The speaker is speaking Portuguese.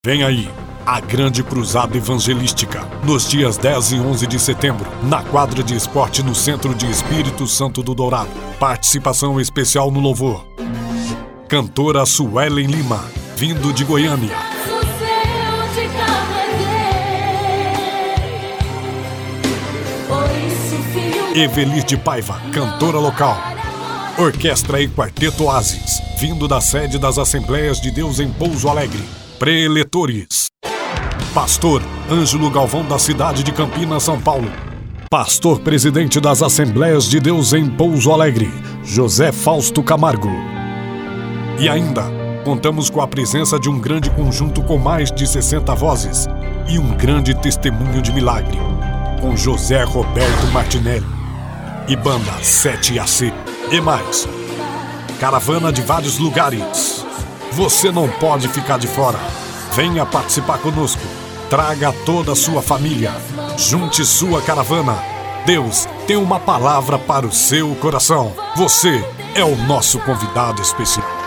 Vem aí a grande cruzada evangelística, nos dias 10 e 11 de setembro, na quadra de esporte no Centro de Espírito Santo do Dourado. Participação especial no louvor. Cantora Suelen Lima, vindo de Goiânia. Evelir de Paiva, cantora local. Orquestra e Quarteto Oasis, vindo da sede das Assembleias de Deus em Pouso Alegre. Preletores. Pastor Ângelo Galvão, da cidade de Campinas, São Paulo. Pastor presidente das Assembleias de Deus em Pouso Alegre, José Fausto Camargo. E ainda, contamos com a presença de um grande conjunto com mais de 60 vozes e um grande testemunho de milagre, com José Roberto Martinelli e banda 7AC. E mais, caravana de vários lugares. Você não pode ficar de fora. Venha participar conosco. Traga toda a sua família. Junte sua caravana. Deus tem uma palavra para o seu coração. Você é o nosso convidado especial.